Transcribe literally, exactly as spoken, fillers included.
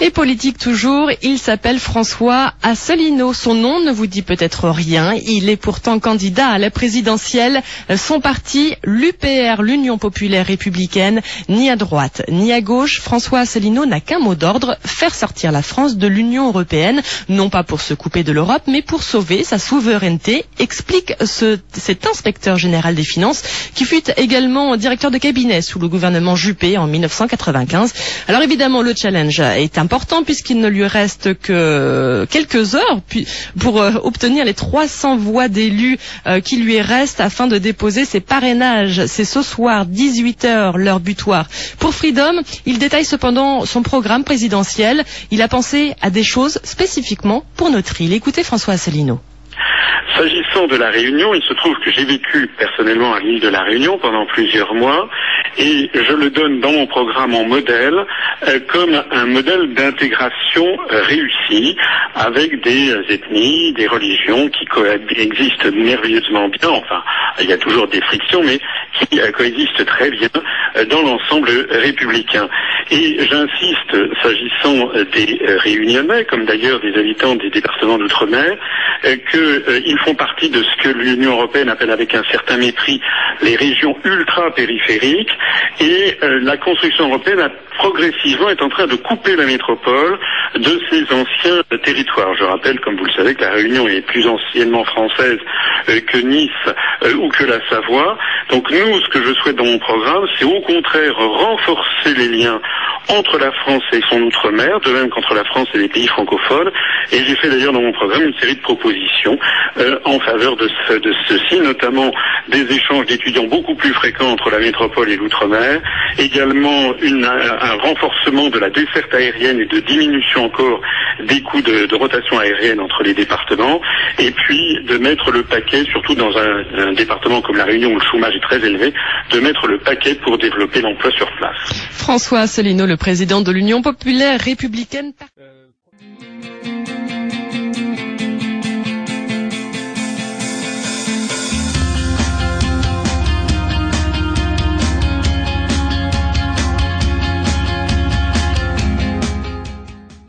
Et politique toujours, il s'appelle François Asselineau. Son nom ne vous dit peut-être rien. Il est pourtant candidat à la présidentielle. Son parti, l'U P R, l'Union populaire républicaine, ni à droite ni à gauche. François Asselineau n'a qu'un mot d'ordre, faire sortir la France de l'Union européenne. Non pas pour se couper de l'Europe, mais pour sauver sa souveraineté, explique ce, cet inspecteur général des finances, qui fut également directeur de cabinet sous le gouvernement Juppé en mille neuf cent quatre-vingt-quinze. Alors évidemment, le challenge est important puisqu'il ne lui reste que quelques heures pour euh, obtenir les trois cents voix d'élus euh, qui lui restent afin de déposer ses parrainages. C'est ce soir, dix-huit heures, l'heure butoir. Pour Freedom, il détaille cependant son programme présidentiel. Il a pensé à des choses spécifiquement pour notre île. Écoutez François Asselineau. S'agissant de la Réunion, il se trouve que j'ai vécu personnellement à l'île de la Réunion pendant plusieurs mois et je le donne dans mon programme en modèle euh, comme un modèle d'intégration euh, réussi avec des euh, ethnies, des religions qui coexistent merveilleusement bien, enfin il y a toujours des frictions mais qui euh, coexistent très bien euh, dans l'ensemble républicain. Et j'insiste, s'agissant euh, des euh, Réunionnais, comme d'ailleurs des habitants des départements d'outre-mer, euh, que euh, ils font partie de ce que l'Union européenne appelle avec un certain mépris les régions ultra-périphériques et euh, la construction européenne a progressivement est en train de couper la métropole de ses anciens territoires. Je rappelle, comme vous le savez, que la Réunion est plus anciennement française euh, que Nice euh, ou que la Savoie. Donc nous, ce que je souhaite dans mon programme, c'est au contraire renforcer les liens entre la France et son outre-mer, de même qu'entre la France et les pays francophones. Et j'ai fait d'ailleurs dans mon programme une série de propositions euh, en faveur de, ce, de ceci, notamment des échanges d'étudiants beaucoup plus fréquents entre la métropole et l'outre-mer, également une, un, un renforcement de la desserte aérienne et de diminution encore des coûts de, de rotation aérienne entre les départements, et puis de mettre le paquet, surtout dans un, un département comme la Réunion où le chômage est très élevé, de mettre le paquet pour développer l'emploi sur place. François Asselineau, le président de l'Union populaire républicaine. Euh...